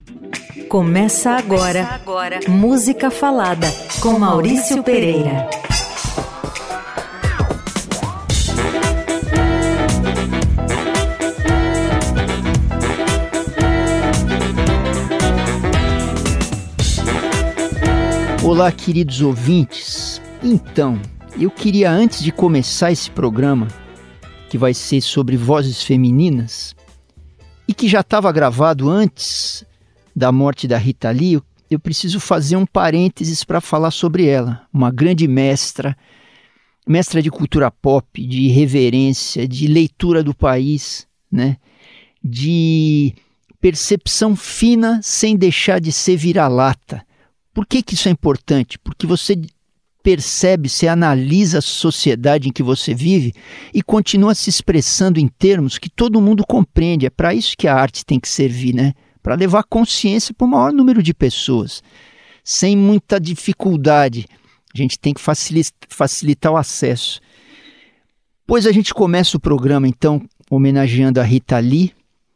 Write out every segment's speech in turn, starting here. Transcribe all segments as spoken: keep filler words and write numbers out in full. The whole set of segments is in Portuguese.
Começa agora, Começa agora. Música Falada, com Maurício Pereira. Olá, queridos ouvintes. Então, eu queria, antes de começar esse programa, que vai ser sobre vozes femininas, e que já estava gravado antes da morte da Rita Lee, eu, eu preciso fazer um parênteses para falar sobre ela. Uma grande mestra, mestra de cultura pop, de irreverência, de leitura do país, né? De percepção fina sem deixar de ser vira-lata. Por que que isso é importante? Porque você percebe, você analisa a sociedade em que você vive e continua se expressando em termos que todo mundo compreende. É para isso que a arte tem que servir, né? Para levar consciência para o maior número de pessoas, sem muita dificuldade. A gente tem que facilitar, facilitar o acesso. Pois a gente começa o programa, então, homenageando a Rita Lee,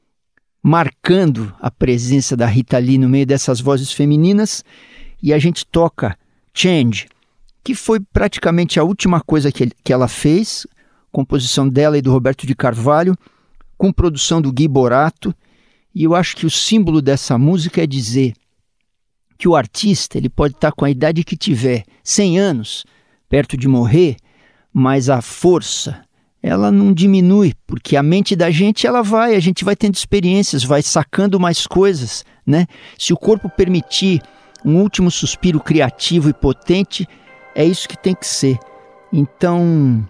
marcando a presença da Rita Lee no meio dessas vozes femininas, e a gente toca Change, que foi praticamente a última coisa que, que ela fez, composição dela e do Roberto de Carvalho, com produção do Gui Borato. E eu acho que o símbolo dessa música é dizer que o artista ele pode estar com a idade que tiver, cem anos, perto de morrer, mas a força, ela não diminui, porque a mente da gente, ela vai, a gente vai tendo experiências, vai sacando mais coisas, né? Se o corpo permitir um último suspiro criativo e potente, é isso que tem que ser. Então,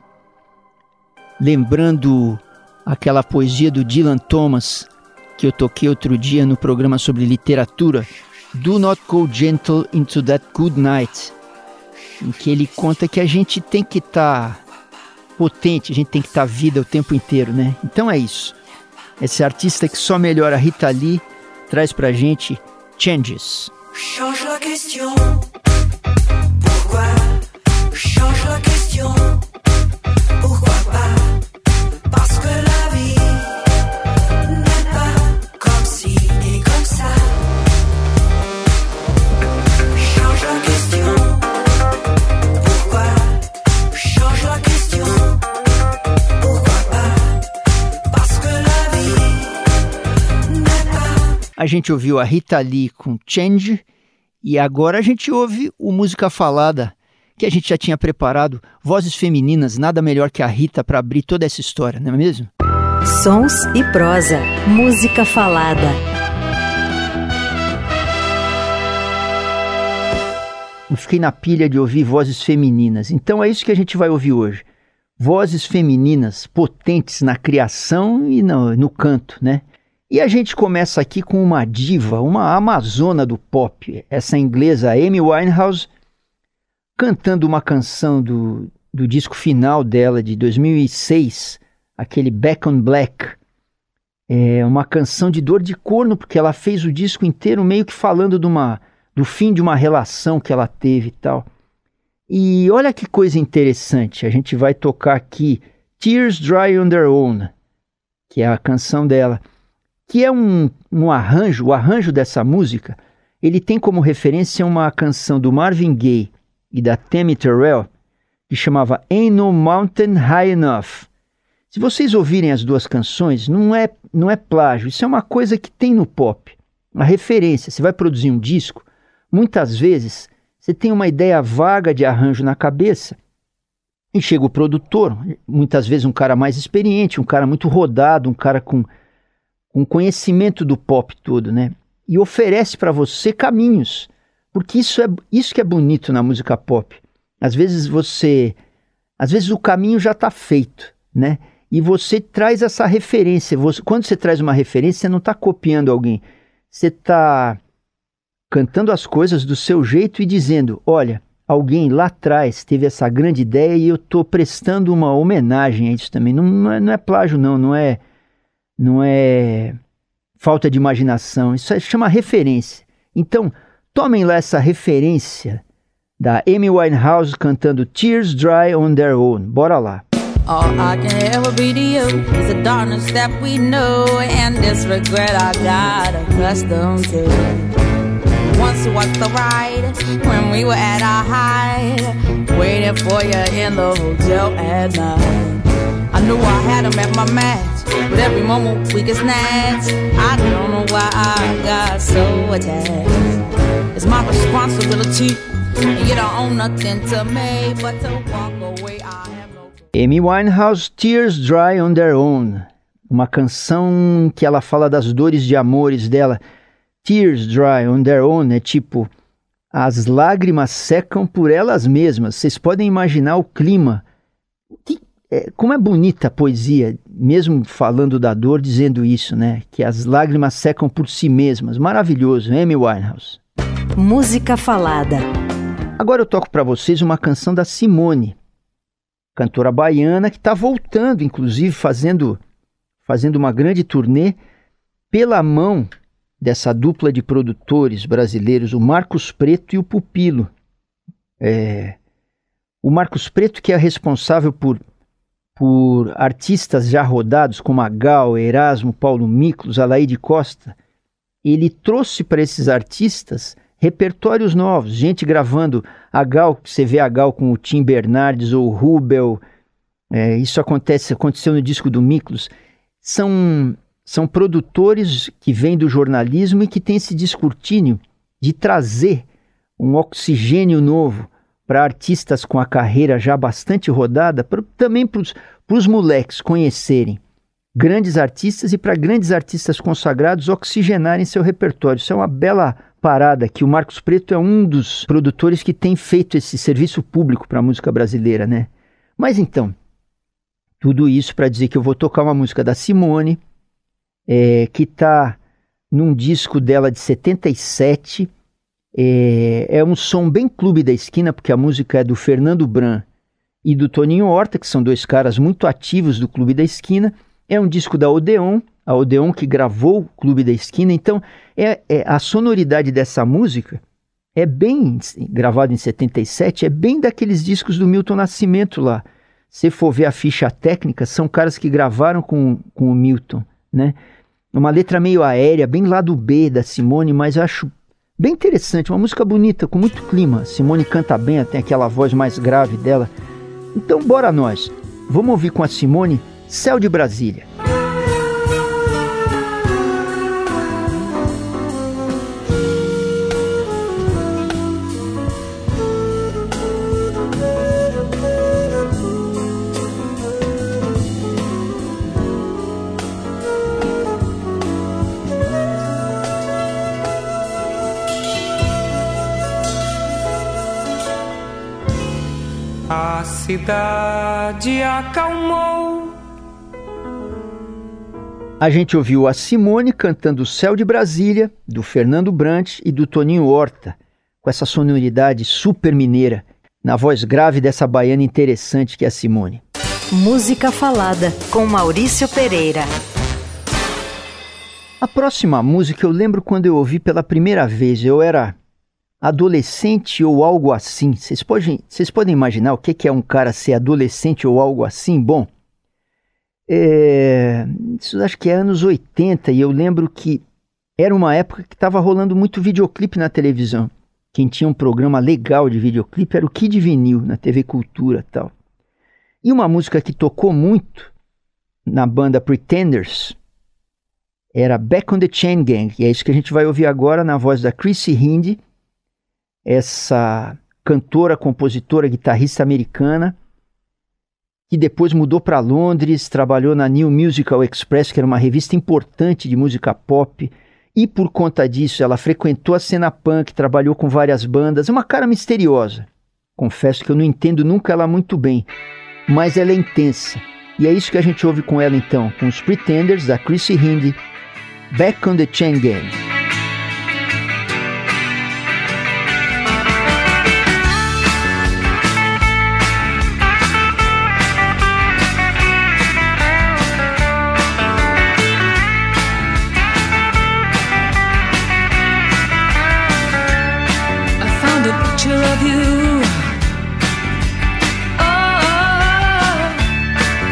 lembrando aquela poesia do Dylan Thomas, que eu toquei outro dia no programa sobre literatura, Do Not Go Gentle Into That Good Night, em que ele conta que a gente tem que estar tá potente, a gente tem que estar tá vida o tempo inteiro, né? Então é isso. Esse artista que só melhora, Rita Lee, traz pra gente Changes. Change la question. Pourquoi? Change la question. Pourquoi pas? Parce que la vie n'est pas comme ci et comme ça. Change la question. Pourquoi? Change la question. Pourquoi pas? Parce que la vie n'est pas. A gente ouviu a Rita Lee com Change e agora a gente ouve o Música Falada, que a gente já tinha preparado, vozes femininas, nada melhor que a Rita para abrir toda essa história, não é mesmo? Sons e prosa, Música Falada. Eu fiquei na pilha de ouvir vozes femininas, então é isso que a gente vai ouvir hoje. Vozes femininas potentes na criação e no, no canto, né? E a gente começa aqui com uma diva, uma amazona do pop, essa inglesa Amy Winehouse, cantando uma canção do, do disco final dela, de dois mil e seis, aquele Back on Black. É uma canção de dor de corno, porque ela fez o disco inteiro meio que falando de uma, do fim de uma relação que ela teve e tal. E olha que coisa interessante, a gente vai tocar aqui Tears Dry on Their Own, que é a canção dela, que é um, um arranjo, o arranjo dessa música, ele tem como referência uma canção do Marvin Gaye e da Tammy Terrell, que chamava Ain't No Mountain High Enough. Se vocês ouvirem as duas canções, não é, não é plágio, isso é uma coisa que tem no pop, uma referência. Você vai produzir um disco, muitas vezes você tem uma ideia vaga de arranjo na cabeça, e chega o produtor, muitas vezes um cara mais experiente, um cara muito rodado, um cara com um conhecimento do pop todo, né? E oferece para você caminhos, porque isso é isso que é bonito na música pop. Às vezes você, às vezes o caminho já está feito, né? E você traz essa referência. Você, quando você traz uma referência, você não está copiando alguém. Você está cantando as coisas do seu jeito e dizendo, olha, alguém lá atrás teve essa grande ideia e eu estou prestando uma homenagem a isso também. Não, não, é, não é plágio, não. Não é... Não é falta de imaginação, isso chama referência. Então, tomem lá essa referência da Amy Winehouse cantando Tears Dry on Their Own. Bora lá. All I can ever be to you is the darkness that we know, and this regret I got accustomed to. Once was the ride when we were at our height, waiting for you in the hotel at night. I knew I had him at my match, but every moment we get snatched. I don't know why I got so attached. It's my responsibility, and you don't own nothing to me but to walk away. I have no. Amy Winehouse, Tears Dry on Their Own, uma canção que ela fala das dores de amores dela. Tears Dry on Their Own é tipo, as lágrimas secam por elas mesmas. Vocês podem imaginar o clima. Que, é, como é bonita a poesia, mesmo falando da dor, dizendo isso, né? Que as lágrimas secam por si mesmas. Maravilhoso, Amy Winehouse. Música falada. Agora eu toco para vocês uma canção da Simone, cantora baiana que está voltando, inclusive, fazendo, fazendo uma grande turnê pela mão dessa dupla de produtores brasileiros, o Marcos Preto e o Pupilo. É, o Marcos Preto, que é responsável por, por artistas já rodados, como a Gal, Erasmo, Paulo Miklos, Alaide Costa, ele trouxe para esses artistas repertórios novos, gente gravando a Gal, você vê a Gal com o Tim Bernardes ou o Rubel, é, isso acontece, aconteceu no disco do Miklos, são... São produtores que vêm do jornalismo e que têm esse descortínio de trazer um oxigênio novo para artistas com a carreira já bastante rodada, pra, também para os moleques conhecerem grandes artistas e para grandes artistas consagrados oxigenarem seu repertório. Isso é uma bela parada que o Marcos Preto é um dos produtores que tem feito esse serviço público para a música brasileira, né? Mas então, tudo isso para dizer que eu vou tocar uma música da Simone, É, que está num disco dela de setenta e sete, é, é um som bem Clube da Esquina, porque a música é do Fernando Bran e do Toninho Horta, que são dois caras muito ativos do Clube da Esquina. É um disco da Odeon, a Odeon que gravou o Clube da Esquina, então é, é, a sonoridade dessa música é bem, gravada em setenta e sete, é bem daqueles discos do Milton Nascimento lá. Se for ver a ficha técnica, são caras que gravaram com, com o Milton, né? Uma letra meio aérea, bem lado B da Simone, mas eu acho bem interessante, uma música bonita, com muito clima. Simone canta bem, tem aquela voz mais grave dela. Então bora nós, vamos ouvir com a Simone Céu de Brasília. A cidade acalmou. A gente ouviu a Simone cantando Céu de Brasília, do Fernando Brant e do Toninho Horta, com essa sonoridade super mineira, na voz grave dessa baiana interessante que é a Simone. Música falada, com Maurício Pereira. A próxima música eu lembro quando eu ouvi pela primeira vez, eu era adolescente ou algo assim. Vocês podem, vocês podem imaginar o que é um cara ser adolescente ou algo assim? Bom, é, isso acho que é anos oitenta, e eu lembro que era uma época que estava rolando muito videoclipe na televisão. Quem tinha um programa legal de videoclipe era o Kid Vinil, na T V Cultura e tal. E uma música que tocou muito na banda Pretenders era Back on the Chain Gang, e é isso que a gente vai ouvir agora na voz da Chrissy Hynde, essa cantora, compositora, guitarrista americana, que depois mudou para Londres, trabalhou na New Musical Express, que era uma revista importante de música pop, e por conta disso ela frequentou a cena punk, trabalhou com várias bandas, uma cara misteriosa. Confesso que eu não entendo nunca ela muito bem, mas ela é intensa. E é isso que a gente ouve com ela então, com os Pretenders, da Chrissy Hynde, Back on the Chain Gang. Of you, oh,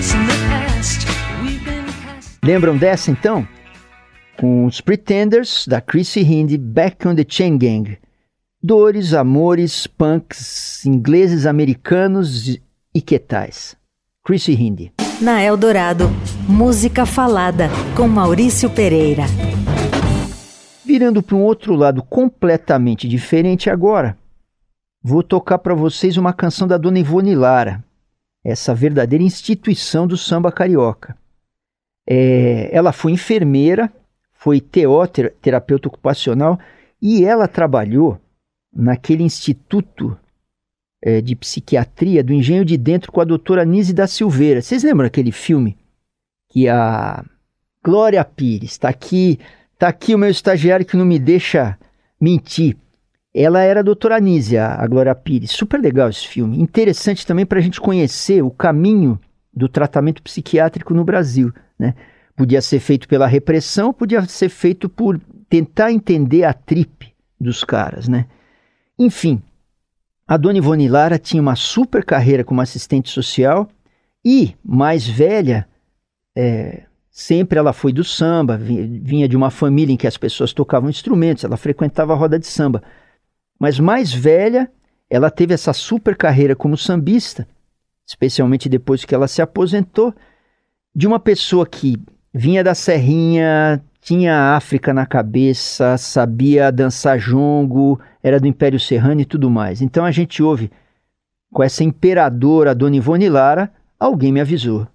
Lembram dessa então? Com os Pretenders, da Chrissie Hynde, Back on the Chain Gang. Dores, amores, punks, ingleses, americanos e que tais. Chrissie Hynde. Na Eldorado, Música Falada, com Maurício Pereira. Virando para um outro lado completamente diferente agora, vou tocar para vocês uma canção da Dona Ivone Lara, essa verdadeira instituição do samba carioca. É, ela foi enfermeira, foi T O, terapeuta ocupacional, e ela trabalhou naquele instituto é, de psiquiatria do Engenho de Dentro com a doutora Nise da Silveira. Vocês lembram aquele filme que a Glória Pires, está aqui, tá aqui o meu estagiário que não me deixa mentir. Ela era a doutora Nise, a, a Glória Pires. Super legal esse filme. Interessante também para a gente conhecer o caminho do tratamento psiquiátrico no Brasil, né? Podia ser feito pela repressão, podia ser feito por tentar entender a tripe dos caras, né? Enfim, a Dona Ivone Lara tinha uma super carreira como assistente social e, mais velha, é, sempre ela foi do samba, vinha de uma família em que as pessoas tocavam instrumentos, ela frequentava a roda de samba. Mas mais velha, ela teve essa super carreira como sambista, especialmente depois que ela se aposentou, de uma pessoa que vinha da Serrinha, tinha a África na cabeça, sabia dançar jongo, era do Império Serrano e tudo mais. Então a gente ouve com essa imperadora Dona Ivone Lara, Alguém Me Avisou.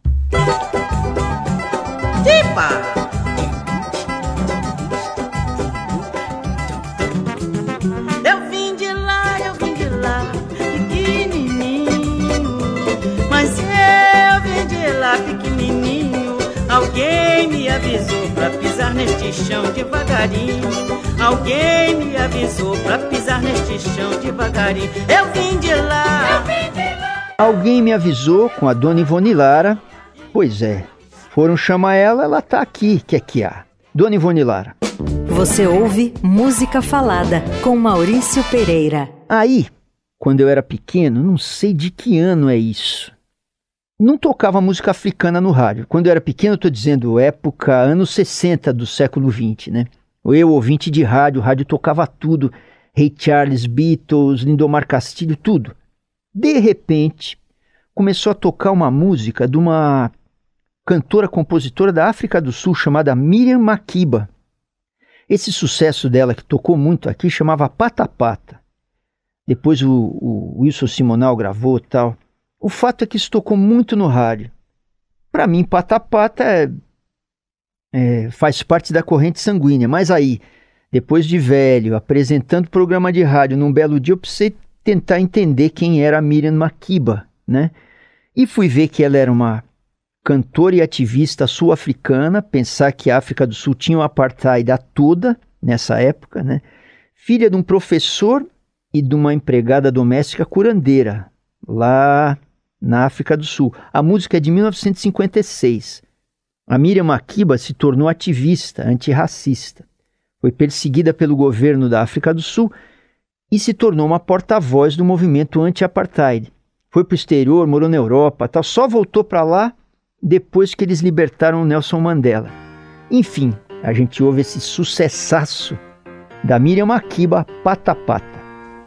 Tipa! Eu vim de lá, eu vim de lá, pequenininho, mas eu vim de lá pequenininho. Alguém me avisou pra pisar neste chão devagarinho. Alguém me avisou pra pisar neste chão devagarinho. Eu vim de lá, eu vim de lá. Alguém me avisou com a Dona Ivone Lara. Pois é, foram chamar ela, ela tá aqui, que é que há. Dona Ivone Lara. Você ouve Música Falada, com Maurício Pereira. Aí, quando eu era pequeno, não sei de que ano é isso, não tocava música africana no rádio. Quando eu era pequeno, eu tô dizendo época, anos sessenta do século vinte, né? Eu, ouvinte de rádio, o rádio tocava tudo. Ray Charles, Beatles, Lindomar Castilho, tudo. De repente, começou a tocar uma música de uma cantora-compositora da África do Sul chamada Miriam Makeba. Esse sucesso dela, que tocou muito aqui, chamava Pata Pata. Depois o, o Wilson Simonal gravou e tal. O fato é que isso tocou muito no rádio. Para mim, Pata Pata é, é, faz parte da corrente sanguínea. Mas aí, depois de velho, apresentando programa de rádio, num belo dia eu precisei tentar entender quem era a Miriam Makeba, né? E fui ver que ela era uma cantora e ativista sul-africana, pensar que a África do Sul tinha o apartheid toda nessa época, né? Filha de um professor e de uma empregada doméstica curandeira, lá na África do Sul. A música é de mil novecentos e cinquenta e seis. A Miriam Makeba se tornou ativista, antirracista. Foi perseguida pelo governo da África do Sul e se tornou uma porta-voz do movimento anti-apartheid. Foi para o exterior, morou na Europa, tal, só voltou para lá depois que eles libertaram o Nelson Mandela. Enfim, a gente ouve esse sucessaço da Miriam Makeba, Pata Pata.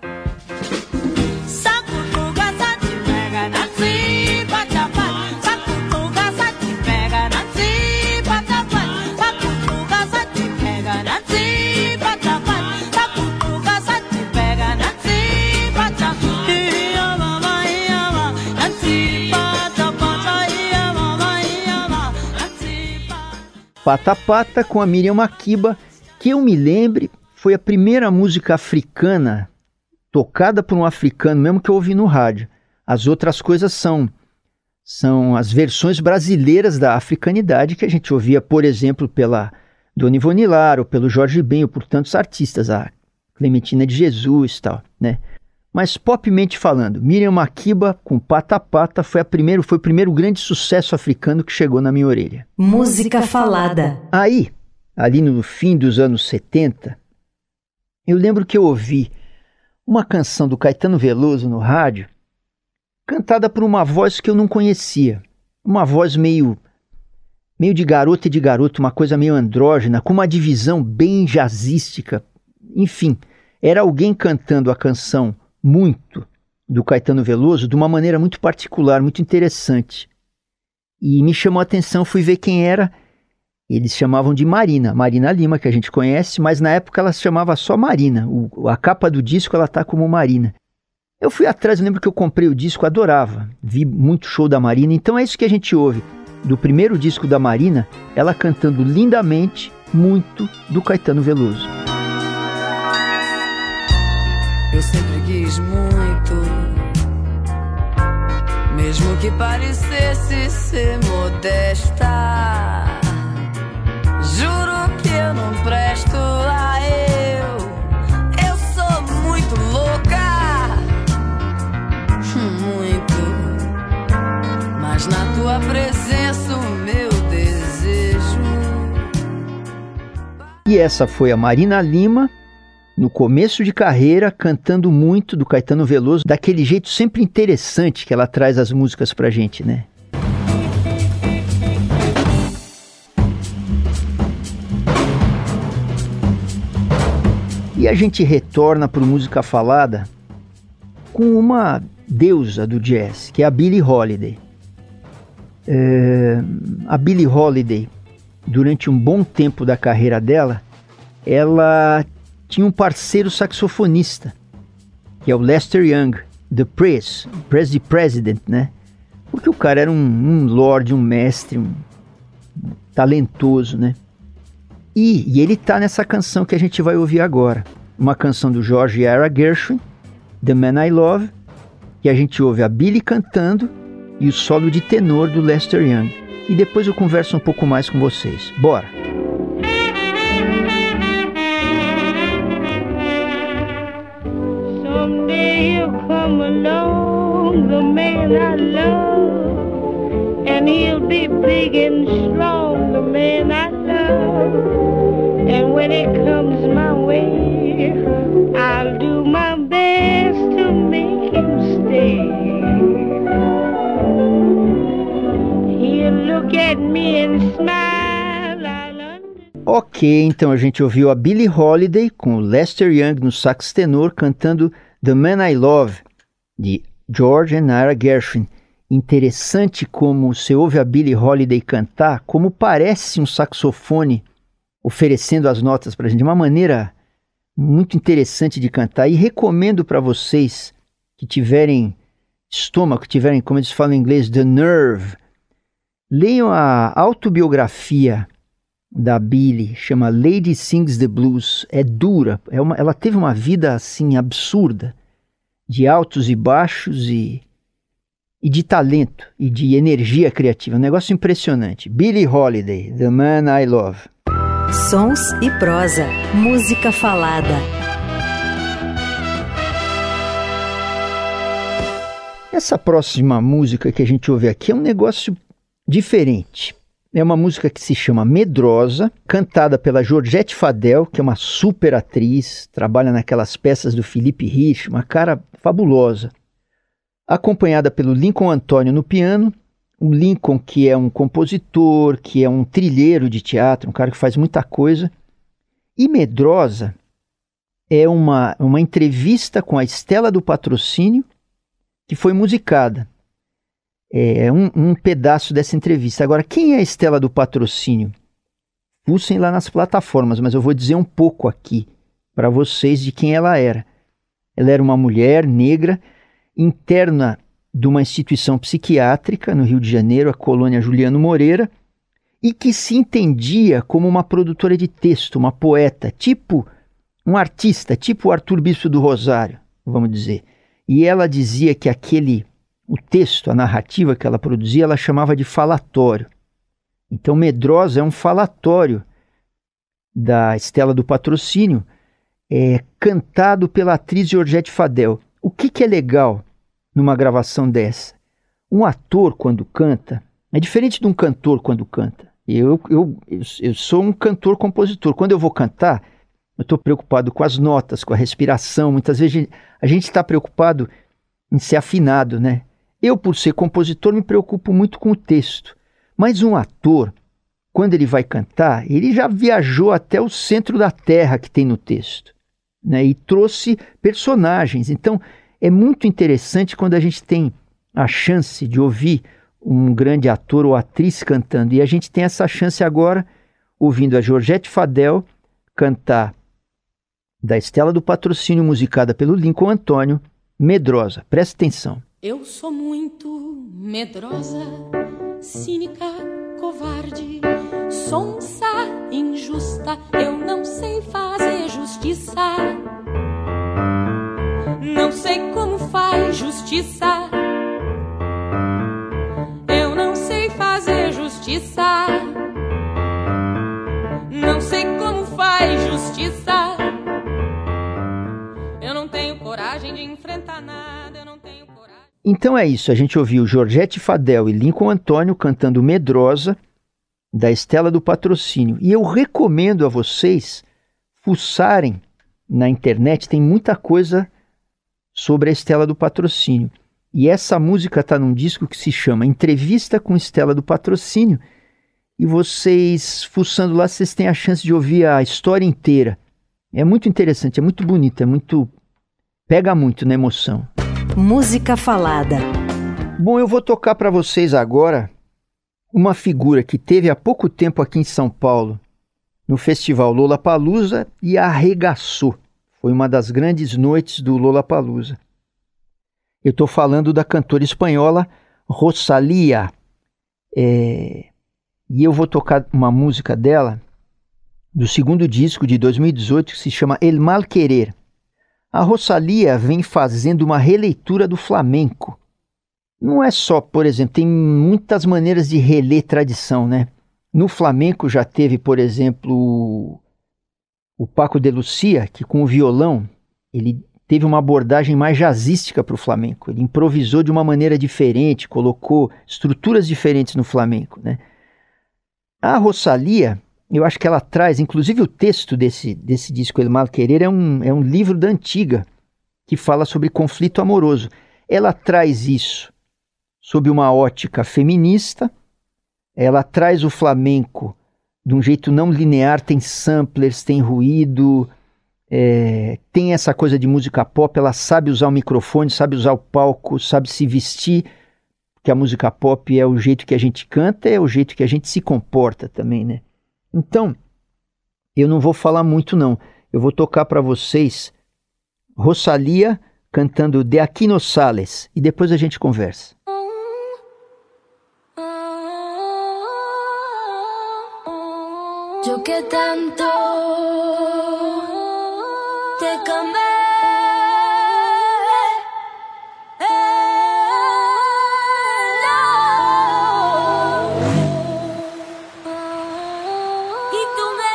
Pata Pata com a Miriam Makeba, que eu me lembre, foi a primeira música africana tocada por um africano, mesmo que eu ouvi no rádio. As outras coisas são, são as versões brasileiras da africanidade que a gente ouvia, por exemplo, pela Dona Ivone Lara, ou pelo Jorge Ben, ou por tantos artistas, a Clementina de Jesus e tal, né? Mas popmente falando, Miriam Makeba com Pata Pata foi, a primeiro, foi o primeiro grande sucesso africano que chegou na minha orelha. Música Falada. Aí, ali no fim dos anos setenta, eu lembro que eu ouvi uma canção do Caetano Veloso no rádio, cantada por uma voz que eu não conhecia. uma voz meio, meio de garota e de garoto, uma coisa meio andrógena, com uma divisão bem jazzística. Enfim, era alguém cantando a canção Muito, do Caetano Veloso, de uma maneira muito particular, muito interessante. E me chamou a atenção, fui ver quem era. Eles chamavam de Marina, Marina Lima, que a gente conhece, mas na época ela se chamava só Marina. O, a capa do disco ela tá como Marina. Eu fui atrás, eu lembro que eu comprei o disco, adorava, vi muito show da Marina, então é isso que a gente ouve. Do primeiro disco da Marina, ela cantando lindamente Muito, do Caetano Veloso. Eu sempre quis muito, mesmo que parecesse ser modesta. Juro que eu não presto a eu. Eu sou muito louca, muito. Mas na tua presença o meu desejo. E essa foi a Marina Lima, no começo de carreira, cantando Muito, do Caetano Veloso, daquele jeito sempre interessante que ela traz as músicas pra gente, né? E a gente retorna para o Música Falada com uma deusa do jazz, que é a Billie Holiday. É, a Billie Holiday, durante um bom tempo da carreira dela, ela tinha um parceiro saxofonista, que é o Lester Young, The Prez, Prez de President, né? Porque o cara era um, um lord, um mestre, um talentoso, né? E, e ele tá nessa canção que a gente vai ouvir agora. Uma canção do George e Ira Gershwin, The Man I Love, que a gente ouve a Billie cantando e o solo de tenor do Lester Young. E depois eu converso um pouco mais com vocês. Bora! Someday he'll come along, the man I love, and he'll be big and strong, the man I love. And when it comes my way, I'll do my best to make him stay. He'll look at me and smile, I'll understand. Ok, então a gente ouviu a Billie Holiday com o Lester Young no sax tenor cantando The Man I Love, de George and Ira Gershwin. Interessante como você ouve a Billie Holiday cantar, como parece um saxofone oferecendo as notas para a gente, de uma maneira muito interessante de cantar. E recomendo para vocês que tiverem estômago, que tiverem, como eles falam em inglês, the nerve, leiam a autobiografia da Billie, chama Lady Sings the Blues. É dura, é uma, ela teve uma vida assim absurda, de altos e baixos e, e de talento e de energia criativa, um negócio impressionante. Billie Holiday, The Man I Love. Sons e prosa, música falada. Essa próxima música que a gente ouve aqui é um negócio diferente. É uma música que se chama Medrosa, cantada pela Georgette Fadel, que é uma super atriz, trabalha naquelas peças do Felipe Rich, uma cara fabulosa. Acompanhada pelo Lincoln Antônio no piano, o Lincoln, que é um compositor, que é um trilheiro de teatro, um cara que faz muita coisa. E Medrosa é uma, uma entrevista com a Estela do Patrocínio, que foi musicada. É um, um pedaço dessa entrevista. Agora, quem é a Estela do Patrocínio? Fussem lá nas plataformas, mas eu vou dizer um pouco aqui para vocês de quem ela era. Ela era uma mulher negra, interna de uma instituição psiquiátrica no Rio de Janeiro, a colônia Juliano Moreira, e que se entendia como uma produtora de texto, uma poeta, tipo um artista, tipo o Arthur Bispo do Rosário, vamos dizer. E ela dizia que aquele, o texto, a narrativa que ela produzia, ela chamava de falatório. Então Medrosa é um falatório da Estela do Patrocínio, é, cantado pela atriz Georgette Fadel. O que, que é legal numa gravação dessa? Um ator, quando canta, é diferente de um cantor quando canta. Eu, eu, eu, eu sou um cantor-compositor. Quando eu vou cantar, eu estou preocupado com as notas, com a respiração. Muitas vezes a gente está preocupado em ser afinado, né? Eu, por ser compositor, me preocupo muito com o texto. Mas um ator, quando ele vai cantar, ele já viajou até o centro da terra que tem no texto, né? E trouxe personagens. Então, é muito interessante quando a gente tem a chance de ouvir um grande ator ou atriz cantando. E a gente tem essa chance agora, ouvindo a Georgette Fadel cantar da Estela do Patrocínio, musicada pelo Lincoln Antônio, Medrosa. Presta atenção. Eu sou muito medrosa, cínica, covarde, sonsa, injusta, eu não sei fazer justiça. Não sei como faz justiça. Eu não sei fazer justiça. Não sei como faz justiça. Eu não tenho coragem de enfrentar nada, eu não tenho coragem. Então é isso, a gente ouviu Georgette Fadel e Lincoln Antônio cantando Medrosa, da Estela do Patrocínio. E eu recomendo a vocês fuçarem na internet, tem muita coisa sobre a Estela do Patrocínio. E essa música está num disco que se chama Entrevista com Estela do Patrocínio. E vocês, fuçando lá, vocês têm a chance de ouvir a história inteira. É muito interessante, é muito bonito, é muito... pega muito na emoção. Música falada. Bom, eu vou tocar para vocês agora uma figura que teve há pouco tempo aqui em São Paulo, no Festival Lollapalooza, e arregaçou. Foi uma das grandes noites do Lollapalooza. Eu estou falando da cantora espanhola Rosalía. É... E eu vou tocar uma música dela, do segundo disco de dois mil e dezoito, que se chama El Mal Querer. A Rosalía vem fazendo uma releitura do flamenco. Não é só, por exemplo, tem muitas maneiras de reler tradição, né? No flamenco já teve, por exemplo, o Paco de Lucía, que com o violão, ele teve uma abordagem mais jazzística para o flamenco. Ele improvisou de uma maneira diferente, colocou estruturas diferentes no flamenco, né? A Rosalía, eu acho que ela traz, inclusive o texto desse, desse disco El Mal Querer é um, é um livro da Antiga, que fala sobre conflito amoroso. Ela traz isso sob uma ótica feminista, ela traz o flamenco de um jeito não linear, tem samplers, tem ruído, é, tem essa coisa de música pop, ela sabe usar o microfone, sabe usar o palco, sabe se vestir, porque a música pop é o jeito que a gente canta, é o jeito que a gente se comporta também, né? Então, eu não vou falar muito não, eu vou tocar para vocês Rosalía cantando De Aquí No Sales e depois a gente conversa. Yo que tanto te cambié, y tú me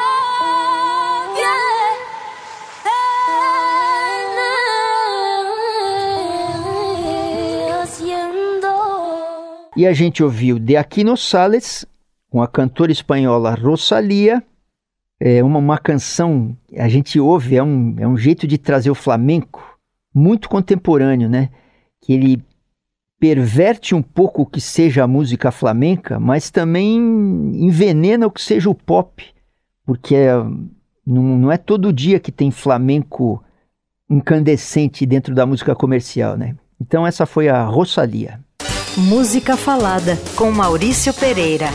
dejas haciendo. E a gente ouviu De Aquí No Sales com a cantora espanhola Rosalía, é uma, uma canção, a gente ouve, é um, é um jeito de trazer o flamenco muito contemporâneo, né? Que ele perverte um pouco o que seja a música flamenca, mas também envenena o que seja o pop, porque é, não, não é todo dia que tem flamenco incandescente dentro da música comercial, né? Então essa foi a Rosalía. Música falada com Maurício Pereira.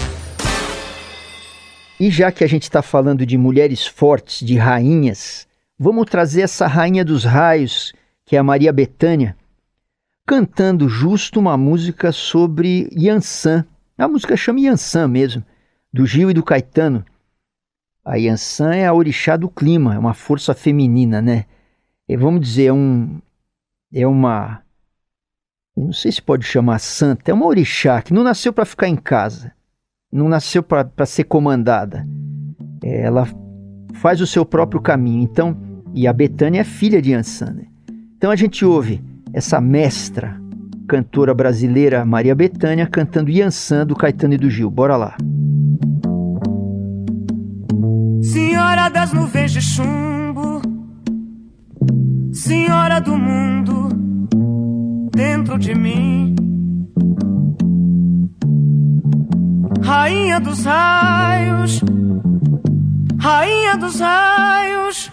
E já que a gente está falando de mulheres fortes, de rainhas, vamos trazer essa rainha dos raios, que é a Maria Bethânia, cantando justo uma música sobre Yansan. A música chama Yansan mesmo, do Gil e do Caetano. A Yansan é a orixá do clima, é uma força feminina, né? E vamos dizer, é, um, é uma... Eu não sei se pode chamar santa, é uma orixá que não nasceu para ficar em casa. Não nasceu para ser comandada. Ela faz o seu próprio caminho. Então, e a Bethânia é filha de Yansan, né? Então a gente ouve essa mestra cantora brasileira Maria Bethânia cantando Yansan do Caetano e do Gil. Bora lá. Senhora das nuvens de chumbo, senhora do mundo, dentro de mim. Rainha dos raios, rainha dos raios,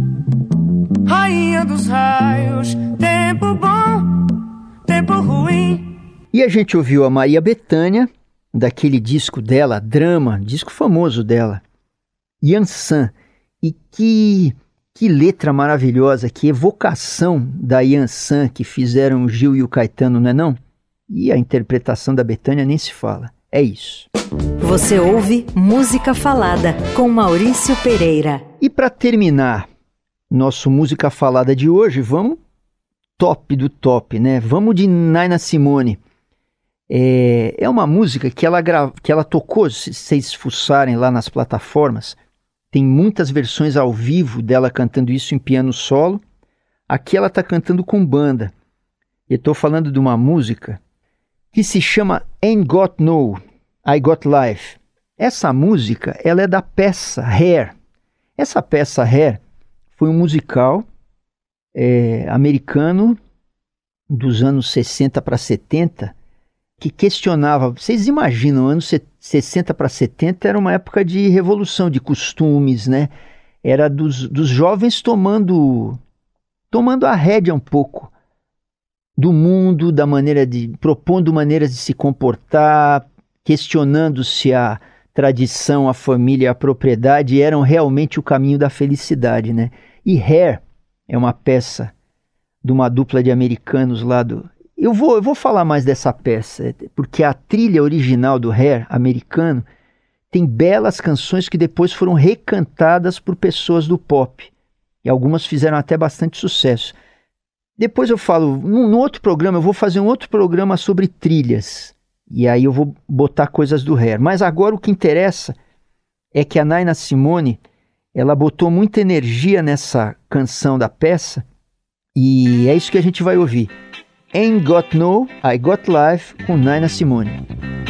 rainha dos raios, tempo bom, tempo ruim. E a gente ouviu a Maria Bethânia, daquele disco dela, Drama, disco famoso dela, Yansan. E que, que letra maravilhosa, que evocação da Yansan que fizeram o Gil e o Caetano, não é não? E a interpretação da Bethânia nem se fala. É isso. Você ouve Música Falada com Maurício Pereira. E para terminar nosso Música Falada de hoje, vamos top do top, né? Vamos de Nina Simone. É, é uma música que ela, gra... que ela tocou, se vocês fuçarem lá nas plataformas, tem muitas versões ao vivo dela cantando isso em piano solo. Aqui ela está cantando com banda. Eu estou falando de uma música que se chama Ain't Got No, I Got Life. Essa música ela é da peça Hair. Essa peça Hair foi um musical é, americano dos anos sessenta para setenta, que questionava, vocês imaginam, anos sessenta para setenta era uma época de revolução de costumes, né? Era dos, dos jovens tomando, tomando a rédea um pouco do mundo, da maneira de, propondo maneiras de se comportar, questionando se a tradição, a família, a propriedade eram realmente o caminho da felicidade, né? E Hair é uma peça de uma dupla de americanos lá do... Eu vou, eu vou falar mais dessa peça, porque a trilha original do Hair americano tem belas canções que depois foram recantadas por pessoas do pop. E algumas fizeram até bastante sucesso. Depois eu falo, num, num outro programa, eu vou fazer um outro programa sobre trilhas. E aí eu vou botar coisas do Hair. Mas agora o que interessa é que a Nina Simone, ela botou muita energia nessa canção da peça. E é isso que a gente vai ouvir. Ain't Got No, I Got Life, com Nina Simone.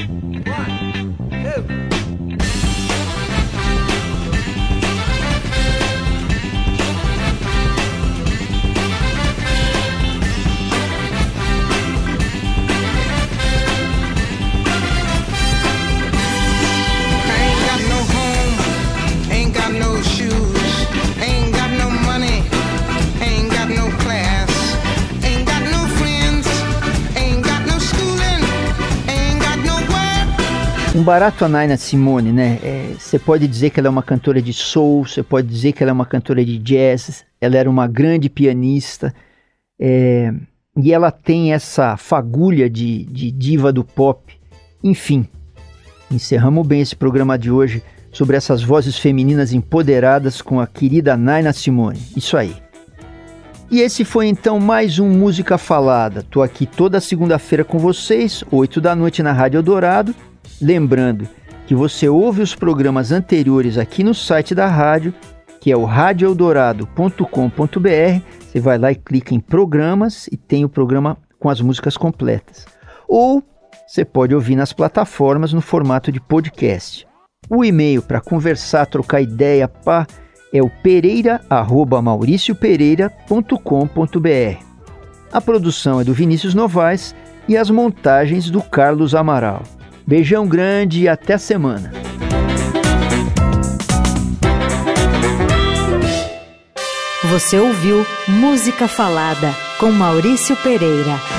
Um barato a Nina Simone, né? Você é, pode dizer que ela é uma cantora de soul, você pode dizer que ela é uma cantora de jazz, ela era uma grande pianista, é, e ela tem essa fagulha de, de diva do pop. Enfim, encerramos bem esse programa de hoje sobre essas vozes femininas empoderadas com a querida Nina Simone. Isso aí. E esse foi então mais um Música Falada. Tô aqui toda segunda-feira com vocês, oito da noite na Rádio Eldorado. Lembrando que você ouve os programas anteriores aqui no site da rádio, que é o rádio eldorado ponto com ponto b r. Você vai lá e clica em programas e tem o programa com as músicas completas. Ou você pode ouvir nas plataformas no formato de podcast. O e-mail para conversar, trocar ideia, pá, é o pereira arroba mauricio pereira ponto com ponto b r. A produção é do Vinícius Novaes e as montagens do Carlos Amaral. Beijão grande e até semana. Você ouviu Música Falada com Maurício Pereira.